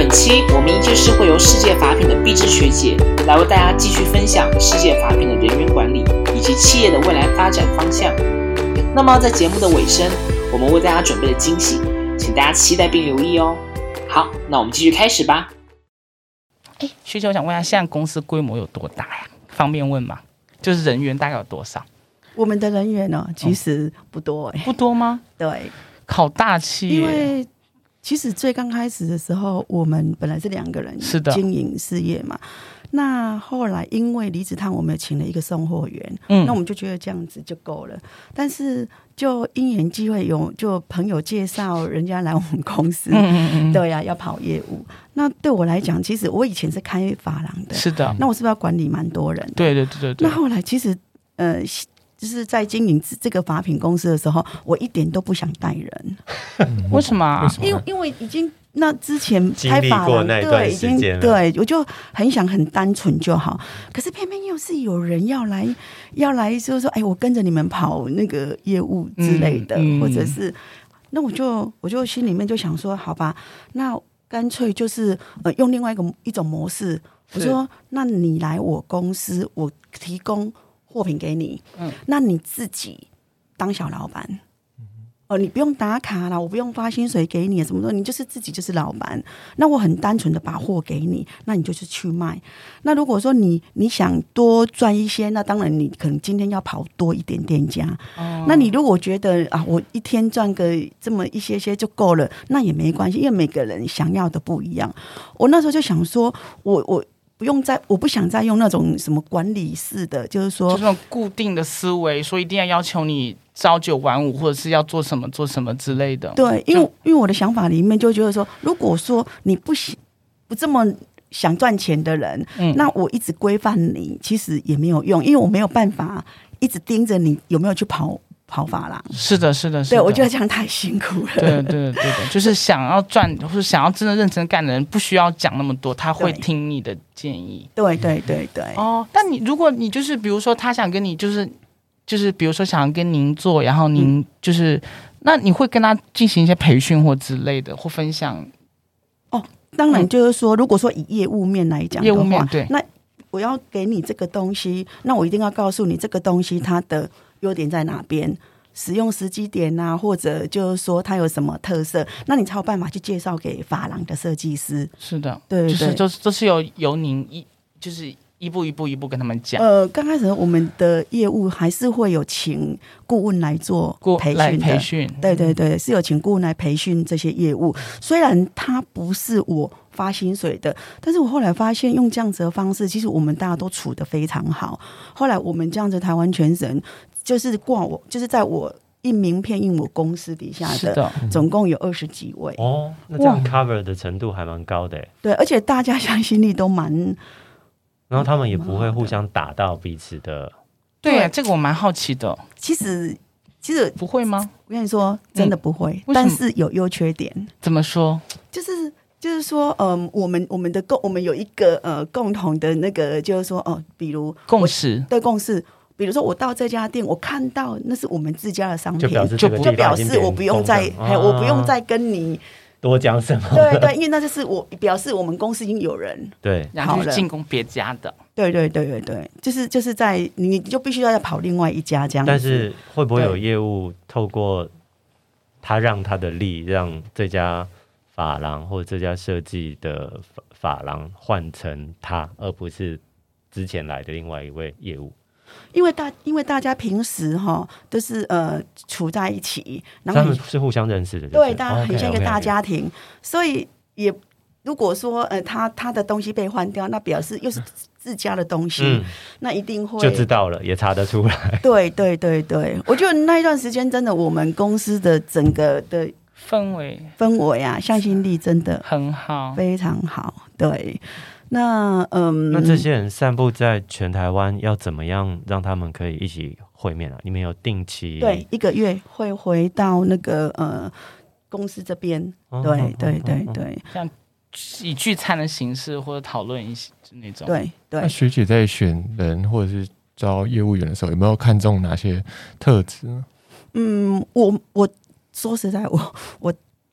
期我们依旧是会由世界法品的碧芝学姐来为大家继续分享世界法品的人员管理以及企业的未来发展方向。那么在节目的尾声，我们为大家准备了惊喜，请大家期待并留意哦。好，那我们继续开始吧。 学姐，我想问一下，现在公司规模有多大呀？方便问吗？就是人员大概有多少？ 我们的人员呢，其实不多不多吗？ 对， 好大气耶。 因为其实最刚开始的时候，我们本来是2个人经营事业嘛。那后来因为离子烫，我们请了一个送货员，那我们就觉得这样子就够了。但是就因缘际会就朋友介绍人家来我们公司，对啊，要跑业务。那对我来讲，其实我以前是开发廊的， 是的。 那我是不是要管理蛮多人的？ 对。 那后来其实就是在经营这个法品公司的时候，我一点都不想带人。 为什么啊？ 因为已经那之前开法廊，对，已经对，我就很想很单纯就好。可是偏偏又是有人要来，就是说，我跟着你们跑那个业务之类的，或者是，那我就心里面就想说，好吧，那干脆就是用另外一种模式，我说，那你来我公司，我提供货品给你，那你自己当小老板，你不用打卡啦，我不用发薪水给你什么的，你就是自己就是老板。那我很单纯的把货给你，那你就是去卖。那如果说你想多赚一些，那当然你可能今天要跑多一点店家。那你如果觉得我一天赚个这么一些就够了，那也没关系，因为每个人想要的不一样。我那时候就想说，我不想再用那种什么管理式的，就是说那种固定的思维，说一定要求你朝9晚5，或者是要做什么之类的。 对，因为我的想法里面就觉得说，如果说你不这么想赚钱的人，那我一直规范你，其实也没有用，因为我没有办法一直盯着你有没有去跑法廊。是的。对，我觉得这样太辛苦了。 对，就是想要赚或者想要真的认真干的人，不需要讲那么多，他会听你的建议。 对。 但如果你就是比如说他想跟你就是比如说想要跟您做，然后您就是那你会跟他进行一些培训或之类的，或分享？ 当然就是说，如果说以业务面来讲的话， 对， 那我要给你这个东西，那我一定要告诉你这个东西它的优点在哪边，使用时机点啊，或者就是说它有什么特色，那你才有办法去介绍给发廊的设计师。 是的， 对， 就是由您就是一步一步跟他们讲。 刚开始我们的业务还是会有请顾问来做培训的，对，是有请顾问来培训这些业务。虽然他不是我发薪水的，但是我后来发现用这样子的方式，其实我们大家都处得非常好。后来我们这样子台湾全省就是就是在我印名片印我公司底下的总共有20几位。 那这样 cover 的程度还蛮高的。 对，而且大家向心力都蛮。 然后他们也不会互相打到彼此的。 对，这个我蛮好奇的。 其实不会吗？ 我跟你说，真的不会，但是有优缺点。 怎么说？ 就是说，我们有一个共同的那个，就是说，比如共识， 对共识。比如说，我到这家店，我看到那是我们自家的商品， 就表示我不用再跟你多讲什么。 对，因为那就是我表示我们公司已经有人对， 然后去进攻别家的。 对，就是在你就必须要跑另外一家这样子。 但是会不会有业务透过他让他的力让这家发廊或者这家设计的发廊换成他，而不是之前来的另外一位业务？ 因为大家平时都是处在一起，然后他们是互相认识的， 对，大家很像一个大家庭，所以也如果说他的东西被换掉，那表示又是自家的东西，那一定会就知道了，也查得出来。 对，我觉得那一段时间真的，我们公司的整个的氛围啊，向心力真的很好， 非常好。对。那这些人散布在全台湾，要怎么样让他们可以一起会面啊？你们有定期？ 对，1个月会回到那个公司这边。对， 像以聚餐的形式或者讨论一些那种。 对。 那学姐在选人或者是招业务员的时候，有没有看中哪些特质呢？ 我说实在，我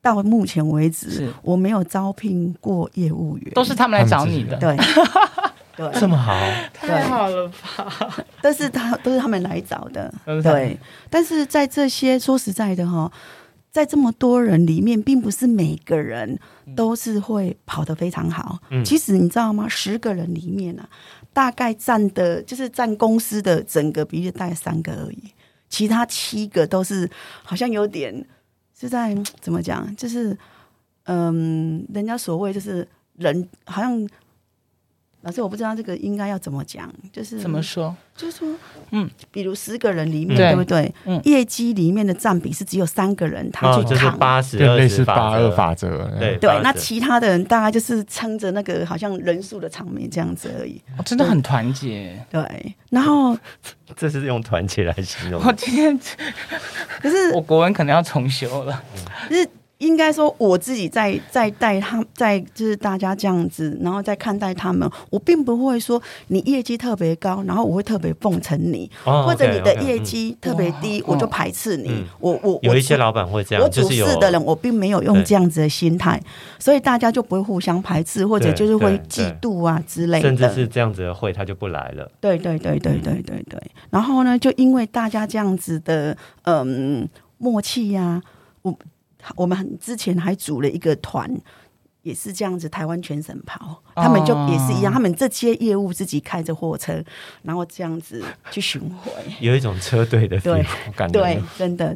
到目前为止，我没有招聘过业务员， 都是他们来找你的。 对，对， 这么好， 太好了吧？ 都是他们来找的。对，但是在这些说实在的哈，在这么多人里面，并不是每个人都是会跑得非常好。其实你知道吗？10个人里面啊，大概占公司的整个比例大概3个而已，其他7个都是好像有点是在怎么讲，就是人家所谓就是人好像。老师，我不知道这个应该要怎么讲，就是怎么说？ 就是说，比如10个人里面，对不对？业绩里面的占比是只有3个人他去扛 ，80-20 类似82法则， 对，那其他的人大概就是撑着那个好像人数的场面这样子而已。 真的很团结， 对。然后这是用团结来形容。 我今天可是我国文可能要重修了。 就是应该说，我自己在带他们，在就是大家这样子，然后再看待他们，我并不会说你业绩特别高，然后我会特别奉承你，或者你的业绩特别低，我就排斥你。我有一些老板会这样， 我处事的人，我并没有用这样子的心态，所以大家就不会互相排斥，或者就是会嫉妒啊之类的， 甚至是这样子的会他就不来了。 对。然后呢，就因为大家这样子的默契呀，我们之前还组了一个团，也是这样子，台湾全省跑，他们就也是一样，他们这些业务自己开着货车，然后这样子去巡回， 有一种车队的感觉。 对，真的，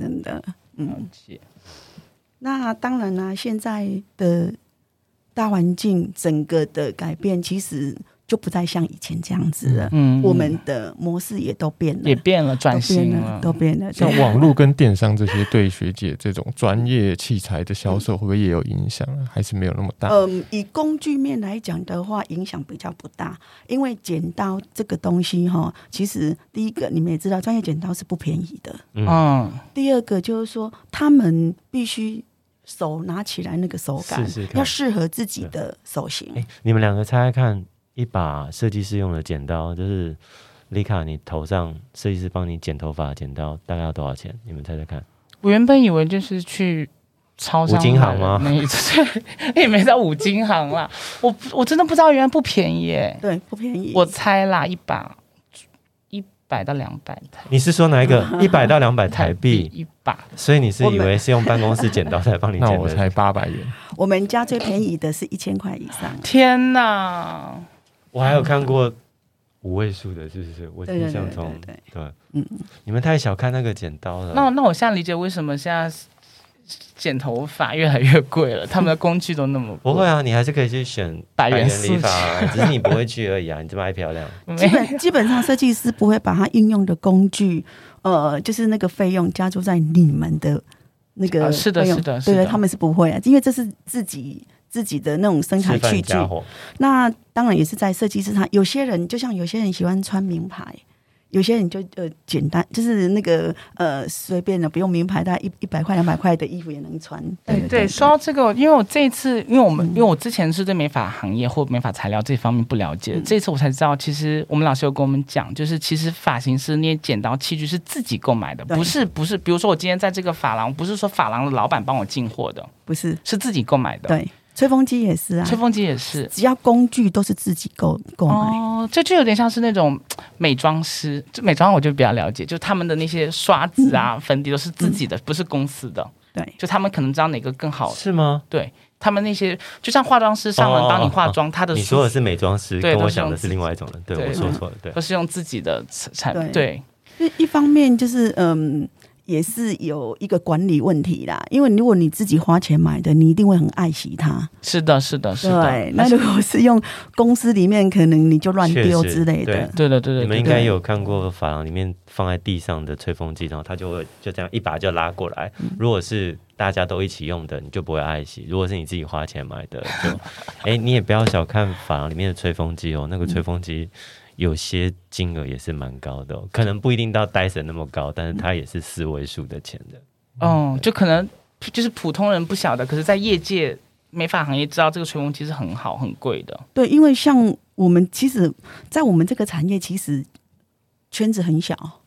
那当然啦，现在的大环境整个的改变，其实就不再像以前这样子了。我们的模式也都变了， 转型了， 都变了。 像网络跟电商这些，对学姐这种专业器材的销售，会不会也有影响？还是没有那么大？ 以工具面来讲的话，影响比较不大，因为剪刀这个东西哈，其实第一个你们也知道，专业剪刀是不便宜的。第二个就是说，他们必须手拿起来那个手感要适合自己的手型。 你们2个猜猜看。一把设计师用的剪刀，就是丽卡，你头上设计师帮你剪头发的剪刀，大概要多少钱？你们猜猜看。 我原本以为就是去超商五金行吗？ 也没到五金行啦。我真的不知道，原来不便宜耶。 对，不便宜。 我猜啦，一把100到200台。 你是说哪一个？100到200台币一把？ 所以你是以为是用办公室剪刀才帮你剪的？ 那我才800元。 我们家最便宜的是1000块以上。 天哪！ 我还有看过5位数的，是不是？我印象中，对，你们太小看那个剪刀了。 那我现在理解为什么现在剪头发越来越贵了，他们的工具都那么贵。 不会啊，你还是可以去选百元理发啊，只是你不会去而已啊。你这么爱漂亮， 基本上设计师不会把他应用的工具，就是那个费用加注在你们的那个是的， 对，他们是不会啊，因为这是自己的那种生产器具。那当然也是在设计师上，有些人就像有些人喜欢穿名牌，有些人就简单，就是那个随便的不用名牌，大概100块200块的衣服也能穿。 对，说到这个，因为我这一次，因为我之前是对美发行业或美发材料这方面不了解，这一次我才知道，其实我们老师有跟我们讲，就是其实发型师那些剪刀器具是自己购买的，不是，比如说我今天在这个发廊，不是说发廊的老板帮我进货的， 不是， 是自己购买的。 对。吹风机也是啊， 吹风机也是， 只要工具都是自己购买。 这就有点像是那种美妆师，美妆我就比较了解，就他们的那些刷子啊、粉底都是自己的，不是公司的。 对， 就他们可能知道哪个更好， 是吗？ 对，他们那些就像化妆师上门帮你化妆，他的你说的是美妆师，跟我想的是另外一种人，对，我说错了，对， 都是用自己的产品，对。 一方面就是也是有一个管理问题啦，因为如果你自己花钱买的，你一定会很爱惜它。 是的。 对，那如果是用公司里面，可能你就乱丢之类的。 对。 你们应该有看过发廊里面放在地上的吹风机，然后它就这样一把就拉过来。如果是大家都一起用的，你就不会爱惜；如果是你自己花钱买的，就你也不要小看发廊里面的吹风机哦，那个吹风机。有些金额也是蛮高的，可能不一定到Dyson那么高，但是它也是4位数的钱的。 就可能就是普通人不晓得，可是在业界美发行业知道这个吹风机是很好很贵的。 对，因为像我们其实，在我们这个产业，其实圈子很小。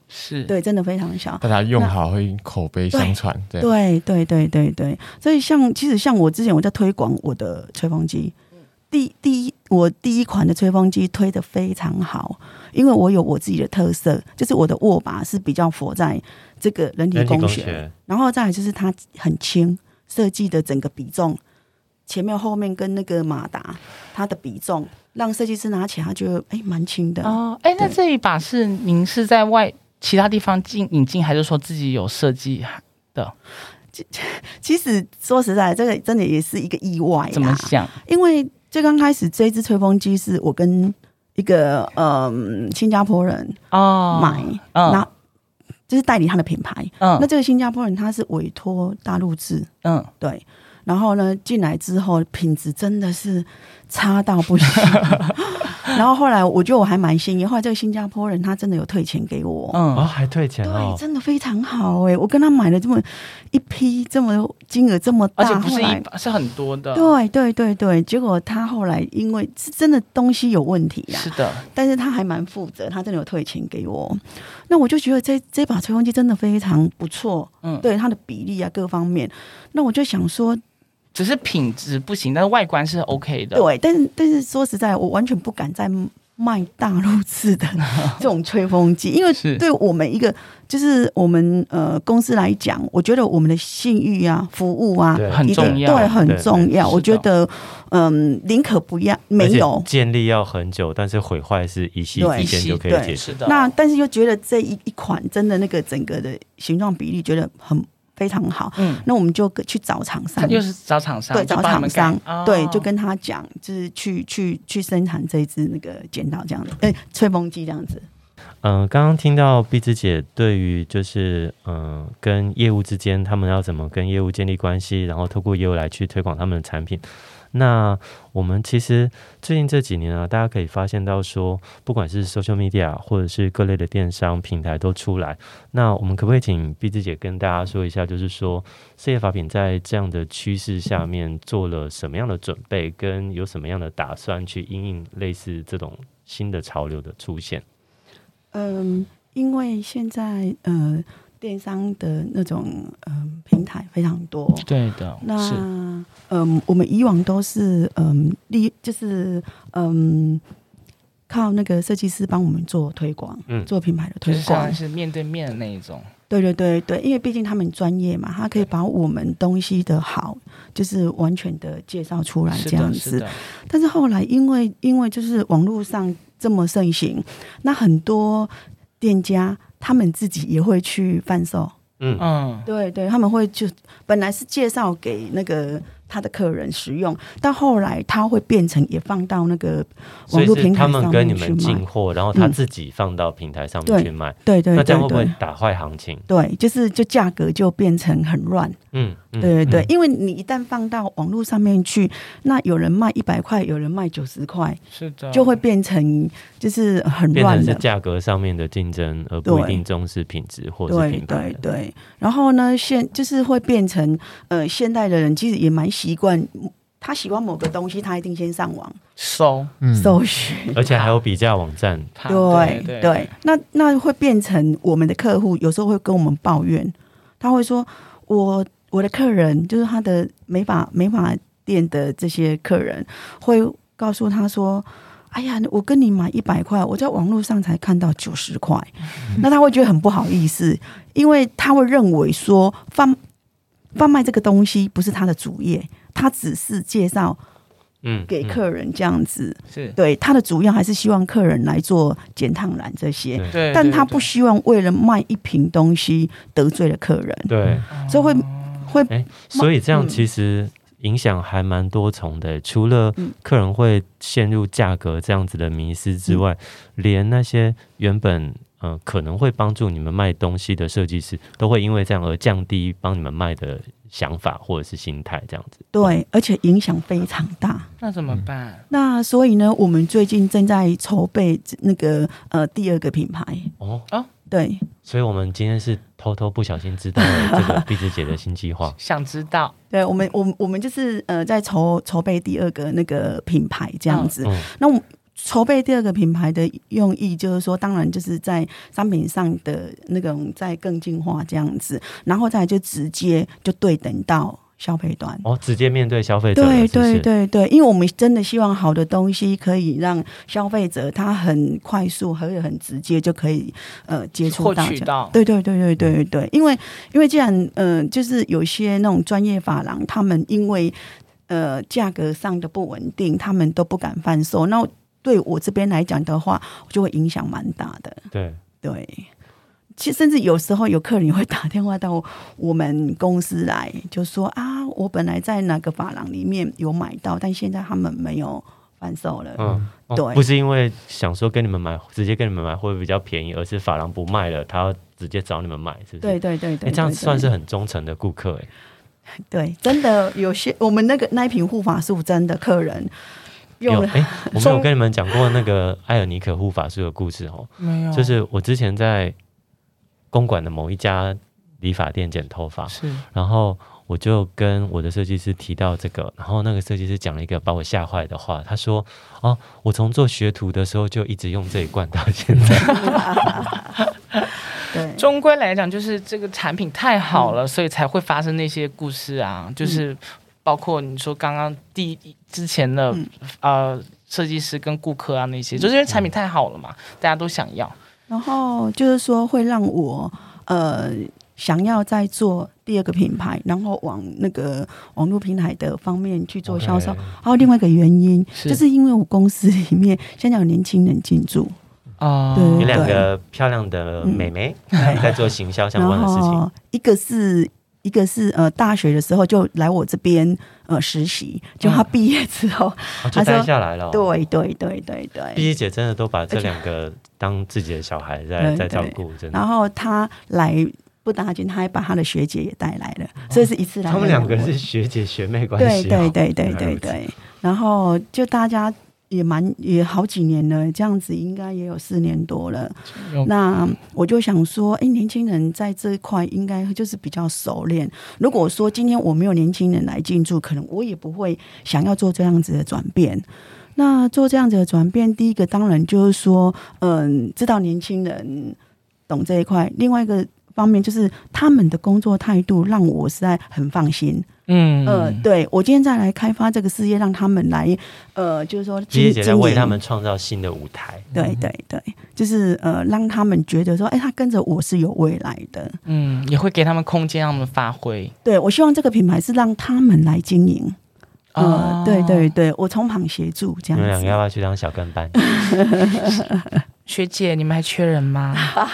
是对，真的非常小。 大家用好会口碑相传， 对，所以其实像我之前我在推广我的吹风机，我第一款的吹风机推得非常好，因为我有我自己的特色，就是我的握把是比较佛在这个人体工学，然后再来就是它很轻，设计的整个比重。前面后面跟那个马达它的比重让设计师拿起来他觉得蛮轻的哦。那这一把是您是在其他地方引进还是说自己有设计的？ 其实说实在这个真的也是一个意外啦。 怎么想？ 因为最刚开始这一支吹风机是我跟一个新加坡人买，那就是代理他的品牌。那这个新加坡人他是委托大陆制，对。然后呢，进来之后品质真的是差到不行。然后后来我觉得我还蛮幸运，后来这个新加坡人他真的有退钱给我， 还退钱对，真的非常好我跟他买了这么一批，这么金额这么大， 而且不是是很多的， 对，结果他后来因为是真的东西有问题啦， 是的， 但是他还蛮负责，他真的有退钱给我。那我就觉得这把吹风机真的非常不错，对它的比例啊各方面，那我就想说。 只是品质不行，但是外观是 OK 的。 对，但是说实在，我完全不敢再卖大陆制的这种吹风机，因为对我们一个就是我们公司来讲，我觉得我们的信誉啊、服务啊很重要， 对，很重要。我觉得宁可不要没有建立要很久，但是毁坏是一夕之间就可以解决的。 那但是又觉得这一款真的那个整个的形状比例觉得非常好，那我们就去找厂商， 又是找厂商， 对，找厂商，对，就跟他讲，就是去生产这一支那个剪刀这样子，吹风机这样子。 刚刚听到碧芝姐对于就是跟业务之间他们要怎么跟业务建立关系，然后透过业务来去推广他们的产品。那我们其实最近这几年啊，大家可以发现到说，不管是 social media 或者是各类的电商平台都出来。那我们可不可以请碧芝姐跟大家说一下，就是说事业法品在这样的趋势下面做了什么样的准备，跟有什么样的打算去因应类似这种新的潮流的出现？ 因为现在电商的那种平台非常多， 对的。 那我们以往都是靠那个设计师帮我们做推广，做品牌的推广， 就是面对面的那一种。 对，因为毕竟他们专业嘛，他可以把我们东西的好，就是完全的介绍出来这样子。但是后来因为就是网络上这么盛行，那很多店家他们自己也会去贩售，对，他们会就本来是介绍给那个他的客人使用，但后来他会变成也放到那个网络平台上面去卖。所以是他们跟你们进货，然后他自己放到平台上面去卖。 对， 那这样会不会打坏行情？ 对，就价格就变成很乱。对，因为你一旦放到网络上面去，那有人卖100块，有人卖90块， 是的， 就会变成就是很乱的， 变成是价格上面的竞争，而不一定重视品质或是品牌。 对。然后呢，就是会变成现代的人其实也蛮习惯，他喜欢某个东西，他一定先上网搜寻， 而且还有比价网站。 对，那会变成我们的客户有时候会跟我们抱怨，他会说我的客人就是他的美发店的这些客人会告诉他说，哎呀，我跟你买100块，我在网络上才看到90块，那他会觉得很不好意思，因为他会认为说贩卖这个东西不是他的主业，他只是介绍给客人这样子，对，他的主要还是希望客人来做剪烫染这些，但他不希望为了卖一瓶东西得罪了客人， 对， 所以会所以这样其实影响还蛮多重的，除了客人会陷入价格这样子的迷思之外，连那些原本可能会帮助你们卖东西的设计师，都会因为这样而降低帮你们卖的想法或者是心态这样子。 对，而且影响非常大。 那怎么办？ 那所以呢，我们最近正在筹备那个第2个品牌。对， 所以我们今天是偷偷不小心知道了这个碧芝姐的新计划。 想知道？ 对，我们就是在筹备第2个那个品牌这样子。那我筹备第二个品牌的用意就是说，当然就是在商品上的那种再更进化这样子，然后再来就直接就对等到消费端直接面对消费者， 对对对对，因为我们真的希望好的东西可以让消费者他很快速和很直接就可以接触到， 获取到， 对对对对对对，因为既然就是有些那种专业发廊，他们因为价格上的不稳定，他们都不敢贩售，那对我这边来讲的话，就会影响蛮大的。 对对。其实甚至有时候有客人会打电话到我们公司来，就说啊，我本来在哪个发廊里面有买到，但现在他们没有贩售了。对， 不是因为想说跟你们买，直接跟你们买会比较便宜，而是发廊不卖了，他要直接找你们买，是不是？ 对对对 对， 这样算是很忠诚的顾客对，真的有些我们那一瓶护发素，真的客人。 我没有跟你们讲过那个艾尔尼可护发素的故事没有， 就是我之前在公馆的某一家理发店剪头发，然后我就跟我的设计师提到这个，然后那个设计师讲了一个把我吓坏的话，他说我从做学徒的时候就一直用这一罐到现在。 对， 终归来讲就是这个产品太好了，所以才会发生那些故事啊，就是包括你说刚刚之前的设计师跟顾客啊那些，就是因为产品太好了嘛，大家都想要。 然后就是说会让我想要再做第二个品牌，然后往那个网络平台的方面去做销售。还有另外一个原因，就是因为我公司里面现在有年轻人进驻有两个漂亮的妹妹在做行销相关的事情，一个是大学的时候就来我这边实习，就他毕业之后就待下来了。 对对对对对， 碧姐真的都把这两个当自己的小孩在照顾，真的。 然后他来不打紧，他还把他的学姐也带来了，所以是一次来。 他们两个是学姐学妹关系。 对对对对对对，然后就大家。也好几年了，这样子应该也有4年多了。那我就想说，年轻人在这一块应该就是比较熟练。如果说今天我没有年轻人来进驻，可能我也不会想要做这样子的转变。那做这样子的转变，第一个当然就是说，知道年轻人懂这一块。另外一个方面就是他们的工作态度让我实在很放心。对，我今天再来开发这个事业，让他们来，就是说， 姐姐来为他们创造新的舞台。 对对对，就是让他们觉得说，他跟着我是有未来的。 也会给他们空间，让他们发挥。 对，我希望这个品牌是让他们来经营。对对对，我从旁协助这样子。 你们两个要不要去当小跟班？ 学姐，你们还缺人吗？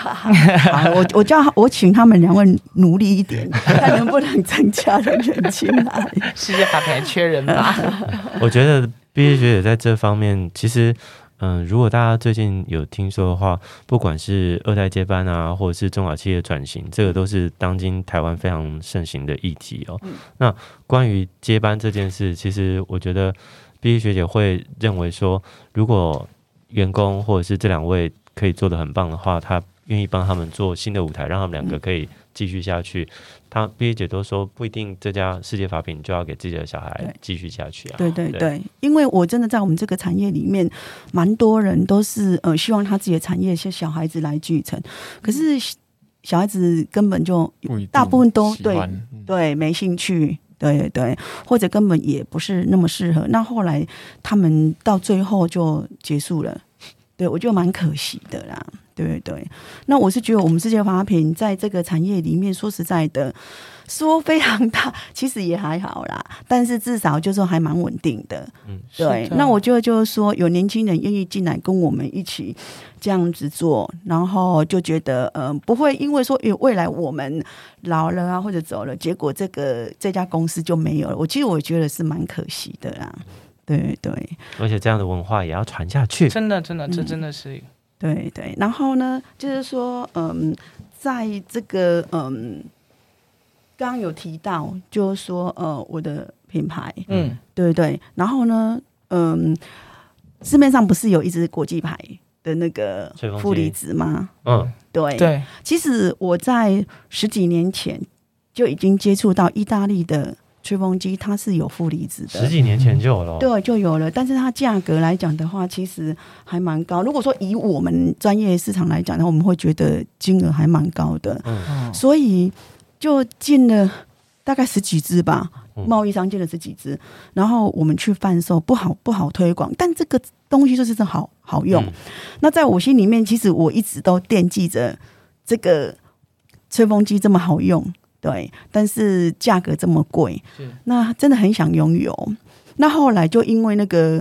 我请他们2位努力一点，看能不能增加人员进来。 世界法庭还缺人吗？ 我觉得毕业学姐在这方面，其实，如果大家最近有听说的话，不管是2代接班啊，或者是中小企业转型，这个都是当今台湾非常盛行的议题哦。那关于接班这件事，其实我觉得毕业学姐会认为说，如果员工或者是这2位可以做得很棒的话，他愿意帮他们做新的舞台，让他们2个可以继续下去。毕业姐都说不一定这家世界法品就要给自己的小孩继续下去啊。 对对 对，因为我真的在我们这个产业里面，蛮多人都是希望他自己的产业是小孩子来继承，可是小孩子根本就大部分都对没兴趣。对对，或者根本也不是那么适合，那后来他们到最后就结束了，对，我觉得蛮可惜的啦，对对。那我是觉得我们世界法品在这个产业里面，说实在的，说非常大，其实也还好啦，但是至少就是还蛮稳定的，对。那我觉得就是说，有年轻人愿意进来跟我们一起这样子做，然后就觉得不会因为说未来我们老了啊或者走了，结果这家公司就没有了。其实我觉得是蛮可惜的啦，对对。 而且这样的文化也要传下去， 真的真的，这真的是对对。然后呢，就是说在这个刚刚有提到，就是说我的品牌，对对。然后呢，市面上不是有一支国际牌的那个负离子吗？对对。其实我在10几年前就已经接触到意大利的吹风机它是有负离子的 ，10几年前就有了， 对，就有了。但是它价格来讲的话，其实还蛮高。如果说以我们专业市场来讲的话，我们会觉得金额还蛮高的。所以就进了大概10几支吧，贸易商进了10几支，然后我们去贩售，不好推广，但这个东西就是真好用。那在我心里面，其实我一直都惦记着这个吹风机这么好用。对，但是价格这么贵，那真的很想拥有。那后来就因为那个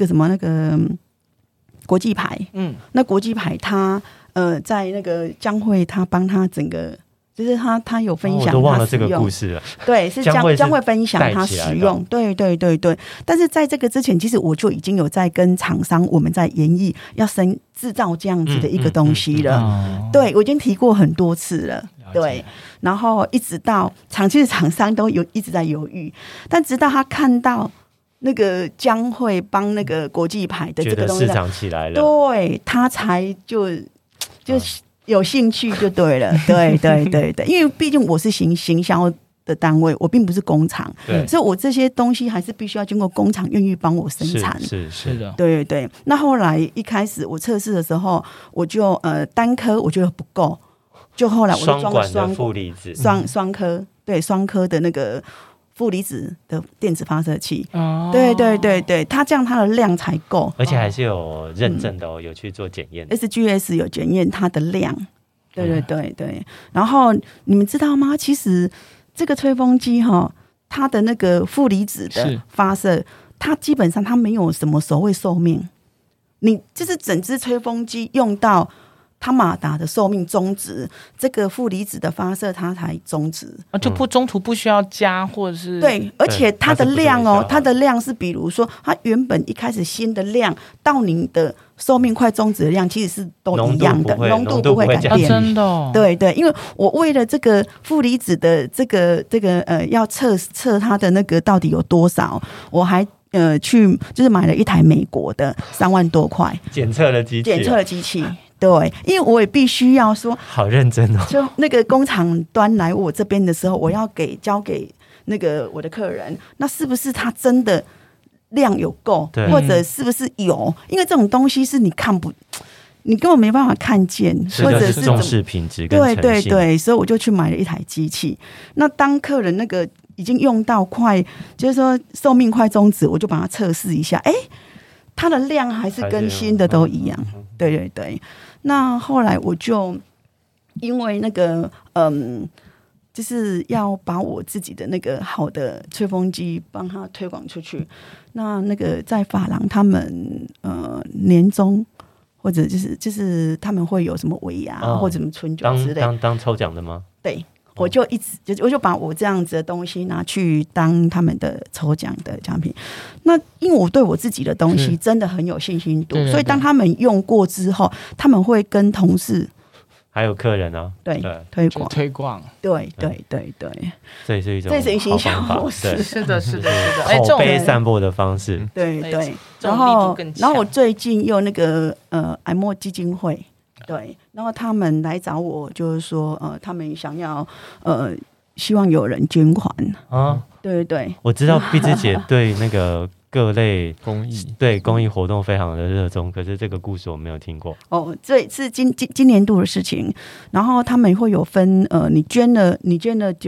国际牌，那国际牌它在那个江蕙他帮他整个，就是他有分享， 我都忘了这个故事了。 对，是江蕙分享他使用，对。但是在这个之前，其实我就已经有在跟厂商我们在研议要制造这样子的一个东西了。对，我已经提过很多次了。对，然后一直到其实厂商都一直在犹豫，但直到他看到那个江蕙帮那个国际牌的这个东西， 市场起来了， 对，他才就有兴趣就对了。对，因为毕竟我是行销的单位，我并不是工厂，所以我这些东西还是必须要经过工厂愿意帮我生产。 是的， 对。那后来一开始我测试的时候，我就单颗我觉得不够。就后来我就装了双颗，对，双颗的那个负离子的电子发射器。对，它这样它的量才够， 而且还是有认证的有去做检验 ，SGS 有检验它的量。对。然后你们知道吗？其实这个吹风机它的那个负离子的发射，它基本上它没有什么所谓寿命，你就是整只吹风机用到它马达的寿命终止，这个负离子的发射它才终止， 就中途不需要加或者是对，而且它的量它的量是比如说它原本一开始新的量到你的寿命快终止的量其实是都一样的，浓度不会改变， 真的对，因为我为了这个负离子的这个要测它的那个到底有多少，我还去就是买了一台美国的3万多块检测的机器。 对，因为我也必须要说， 好认真哦。 就那个工厂端来我这边的时候，我要交给那个我的客人，那是不是他真的量有够，或者是不是有？因为这种东西是你根本没办法看见，或者是重视品质跟诚信。 对，所以我就去买了一台机器。那当客人那个已经用到快，就是说寿命快终止，我就把它测试一下，它的量还是跟新的都一样。对。那后来我就因为那个就是要把我自己的那个好的吹风机帮它推广出去。那个在发廊他们年终或者就是他们会有什么尾牙或者什么春酒之类当抽奖的吗？ 对。我就把我这样子的东西拿去当他们的抽奖的奖品。那因为我对我自己的东西真的很有信心度，所以当他们用过之后，他们会跟同事还有客人对推广，对， 这也是一种行销模式， 是的， 口碑散播的方式， 对。然后我最近又那个爱默基金会。对，然后他们来找我，就是说，他们想要，希望有人捐款啊。对， 我知道碧芝姐对那个各类公益活动非常的热衷，可是这个故事我没有听过。 这是今年度的事情，然后他们会有分，你捐了就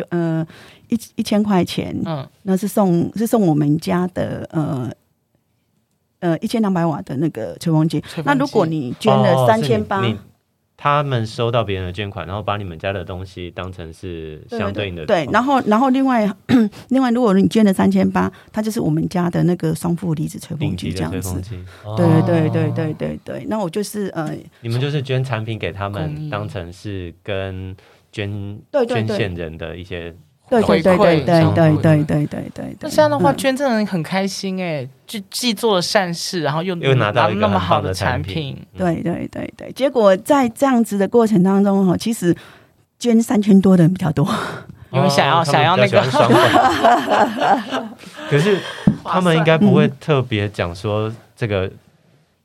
1000块钱，那是送我们家的1200瓦的那个吹风机。那如果你捐了3800， 他们收到别人的捐款，然后把你们家的东西当成是相对应的。 对，然后另外，如果你捐了3800，它就是我们家的那个双负离子吹风机这样子。对。那我就是你们就是捐产品给他们，当成是跟捐献人的一些。 对。 那这样的话，捐赠人很开心就既做了善事，然后又拿到那么好的产品。 对。结果在这样子的过程当中，其实捐3000多的人比较多， 因为想要那个。 可是他们应该不会特别讲说这个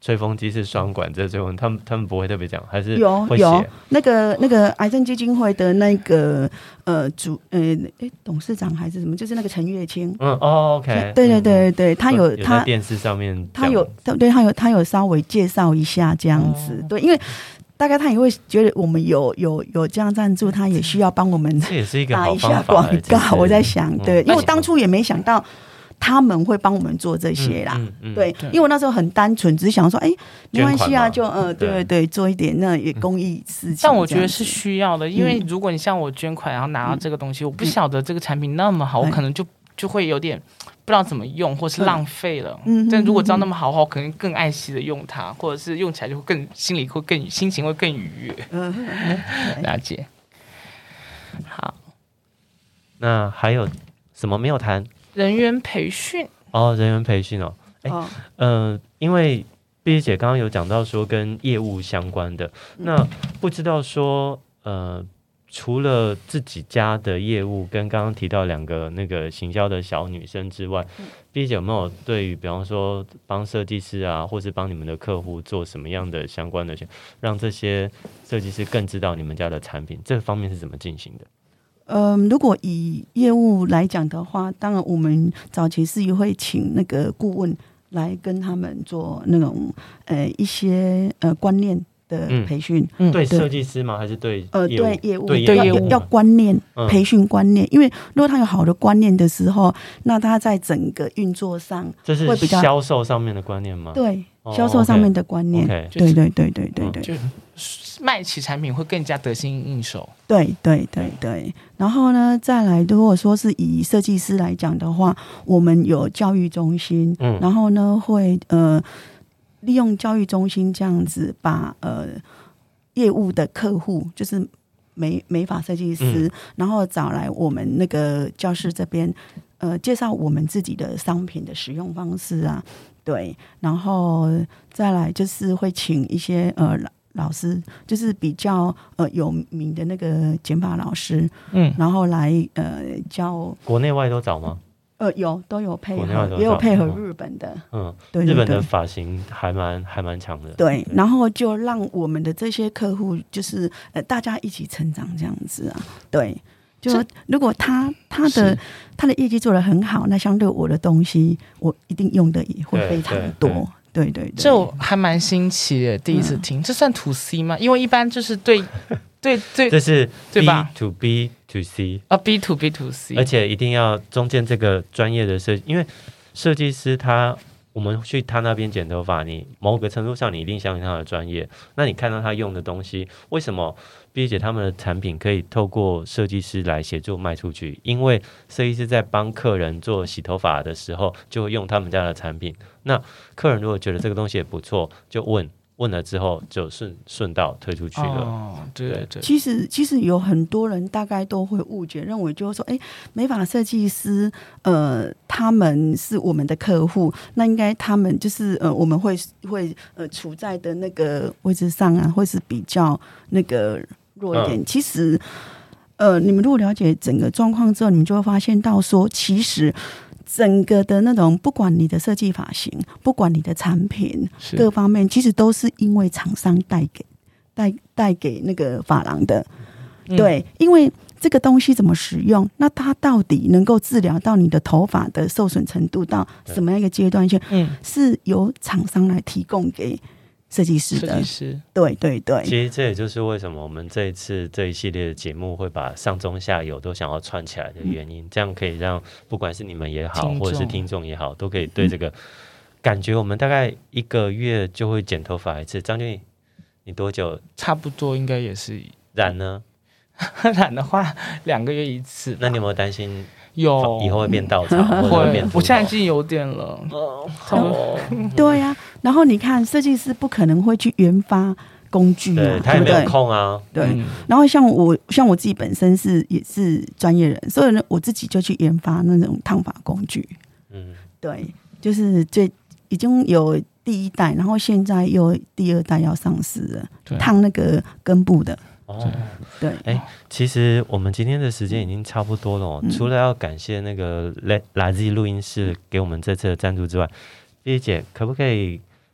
吹风机是双管这吹风，他们不会特别讲，还是会有那个癌症基金会的那个董事长还是什么，就是那个陈月清。 OK， 对，他有在电视上面， 他有稍微介绍一下这样子，对，因为大概他也会觉得我们有这样赞助，他也需要帮我们这也是一个打一下广告。我在想，对，因为我当初也没想到他们会帮我们做这些啦，对，因为我那时候很单纯，只是想说，没关系啊，就对，做一点那也公益事情。 但我觉得是需要的，因为如果你像我捐款，然后拿到这个东西，我不晓得这个产品那么好，我可能就会有点不知道怎么用，或是浪费了。但如果知道那么好的话，我可能更爱惜的用它，或者是用起来就会更心情会更愉悦。了解。好， 那还有什么没有谈？ 人员培训人员培训因为碧姐刚刚有讲到说跟业务相关的，那不知道说除了自己家的业务跟刚刚提到2个那个行销的小女生之外，碧姐有没有对于比方说帮设计师啊，或是帮你们的客户做什么样的相关的，让这些设计师更知道你们家的产品，这方面是怎么进行的？ 如果以业务来讲的话，当然我们早期是会请那个顾问来跟他们做那种一些观念的培训， 对设计师吗？还是对业务？ 对业务要观念培训观念，因为如果他有好的观念的时候，那他在整个运作上这是销售上面的观念吗？ 对，销售上面的观念，对， 就卖起产品会更加得心应手。 对。然后呢，再来，如果说是以设计师来讲的话，我们有教育中心，然后呢会利用教育中心这样子把业务的客户，就是美发设计师，然后找来我们那个教室这边，介绍我们自己的商品的使用方式啊，对，然后再来就是会请一些老师，就是比较有名的那个剪发老师，然后来教。 国内外都找吗？ 都有配合，也有配合日本的，对， 日本的发型还蛮强的， 对，然后就让我们的这些客户就是大家一起成长这样子啊，对，就如果他的业绩做得很好，那相对我的东西，我一定用的也会非常多。对， 这还蛮新奇的，第一次听。这算 to C 吗？因为一般就是对， 这是 B 吧 to B to C B to B to C， 而且一定要中间这个专业的设计，因为设计师我们去他那边剪头发，你某个程度上你一定相信他的专业。那你看到他用的东西，为什么毕姐他们的产品可以透过设计师来协助卖出去？因为设计师在帮客人做洗头发的时候，就会用他们家的产品。那客人如果觉得这个东西也不错，就问了之后就顺道推出去了。 对。 其实有很多人大概都会误解，认为就是说，美发设计师，他们是我们的客户，那应该他们就是我们会处在的那个位置上啊，会是比较那个弱一点。其实，你们如果了解整个状况之后，你们就会发现到说，其实。整个的那种，不管你的设计发型，不管你的产品各方面，其实都是因为厂商带给那个发廊的，对，因为这个东西怎么使用，那它到底能够治疗到你的头发的受损程度到什么样一个阶段性，是由厂商来提供给设计师的，对。 其实这也就是为什么我们这一系列的节目会把上中下游都想要串起来的原因，这样可以让不管是你们也好，或者是听众也好，都可以对这个感觉。我们大概1个月就会剪头发一次，张俊，你多久？ 差不多应该也是。 染呢？ 染的话2个月一次。 那你有没有担心？ 有以后会变稻草，或者会变？ 我现在已经有点了。 对呀，然后你看，设计师不可能会去研发工具啊， 他也没有空啊。 对，然后像我自己本身也是专业人，所以呢，我自己就去研发那种烫发工具。对，就是已经有第1代，然后现在又第2代要上市了，烫那个根部的。对， 其实我们今天的时间已经差不多了除了要感谢那个来自录音室给我们这次的赞助之外，碧姐可不可以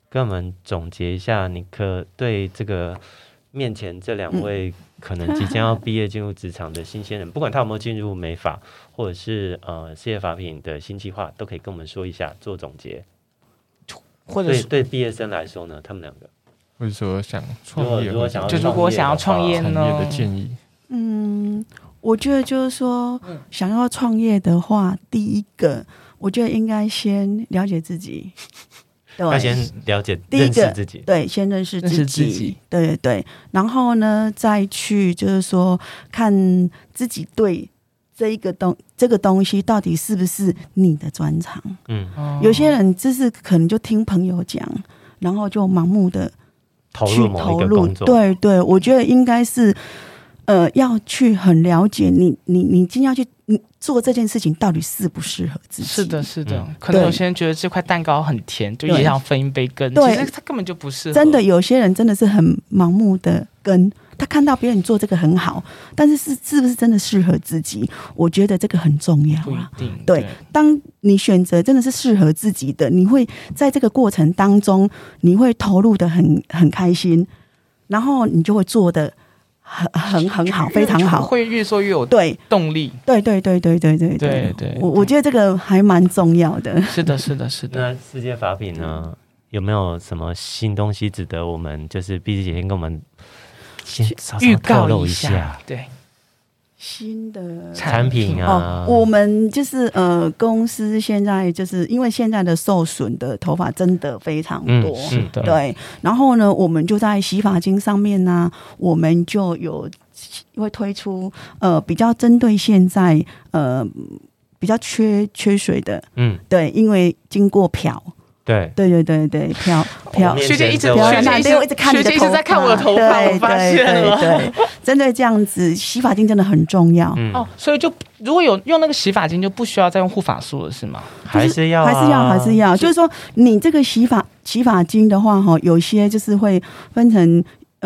跟我们总结一下，你对这个面前这2位可能即将要毕业进入职场的新鲜人，不管他有没有进入美发，或者是世界法品的新计划，都可以跟我们说一下，做总结。或者对毕业生来说呢，他们2个， 或者说想创业， 如果想要创业呢的建议， 我觉得就是说，想要创业的话，第一个，我觉得应该先了解自己。 要先了解认识自己， 对，先认识自己，对对对，然后呢，再去就是说看自己对这个东西到底是不是你的专长。有些人就是可能就听朋友讲，然后就盲目的去投入，对对，我觉得应该是要去很了解你今天要去做这件事情到底适不适合自己。 是的是的，可能有些人觉得这块蛋糕很甜，就也想分一杯羹，其实他根本就不适合。 真的有些人真的是很盲目的跟他看到别人做这个很好，但是是不是真的适合自己，我觉得这个很重要。 不一定。 对，当你选择真的是适合自己的，你会在这个过程当中你会投入的很开心，然后你就会做的很好，非常好， 会越做越有动力。 对，我觉得这个还蛮重要的。 是的。 那世界法品呢，有没有什么新东西值得我们就是毕姐先跟我们先预告一下？ 对， 新的产品啊， 我们就是公司现在就是因为现在的受损的头发真的非常多， 是的， 对。然后呢，我们就在洗发精上面呢，我们就会推出比较针对现在比较缺水的，对，因为经过漂。对，漂， 学姐一直看你的头发， 学姐一直在看我的头发，我发现了。 对，针对这样子，洗发精真的很重要。 所以就如果有用那个洗发精，就不需要再用护发素了，是吗？ 还是要。 就是说，你这个洗发精的话，哈，有些就是会分成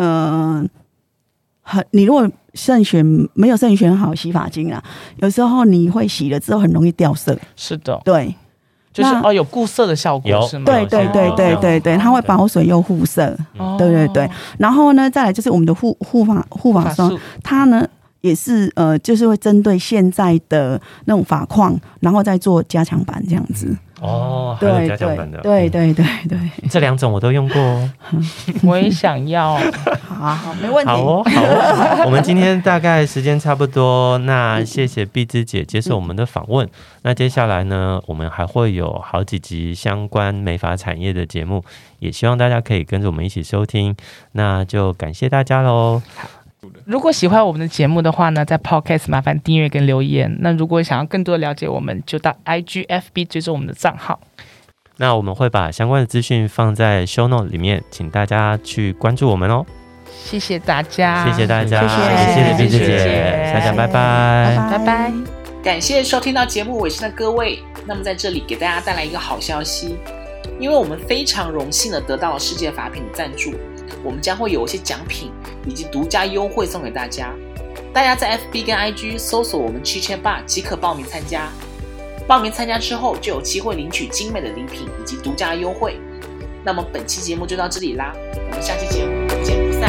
你如果没有慎选好洗发精啊，有时候你会洗了之后很容易掉色。 是的， 对。 就是有固色的效果是吗？ 对，它会保水又护色，对。然后呢，再来就是我们的护发霜，它呢也是就是会针对现在的那种发况，然后再做加强版这样子。 还有加强版的， 对， 这2种我都用过哦， 我也想要。 好，没问题。 好哦。我们今天大概时间差不多，那谢谢碧芝姐接受我们的访问。那接下来呢，我们还会有好几集相关美发产业的节目，也希望大家可以跟着我们一起收听。那就感谢大家喽。 如果喜欢我们的节目的话呢，在 Podcast 麻烦订阅跟留言。那如果想要更多了解我们，就到 IGFB 追踪我们的账号。 那我们会把相关的资讯放在 show note 里面，请大家去关注我们哦。 谢谢大家， 谢谢大家，谢谢碧芝姐，大家拜拜。 感谢收听到节目尾声的各位。那么在这里给大家带来一个好消息，因为我们非常荣幸的得到了世界法品的赞助，我们将会有一些奖品以及独家优惠送给大家。大家在 FB 跟 IG 搜索我们Chit Chat Bar即可报名参加。报名参加之后就有机会领取精美的礼品以及独家优惠。那么本期节目就到这里啦，我们下期节目不见不散。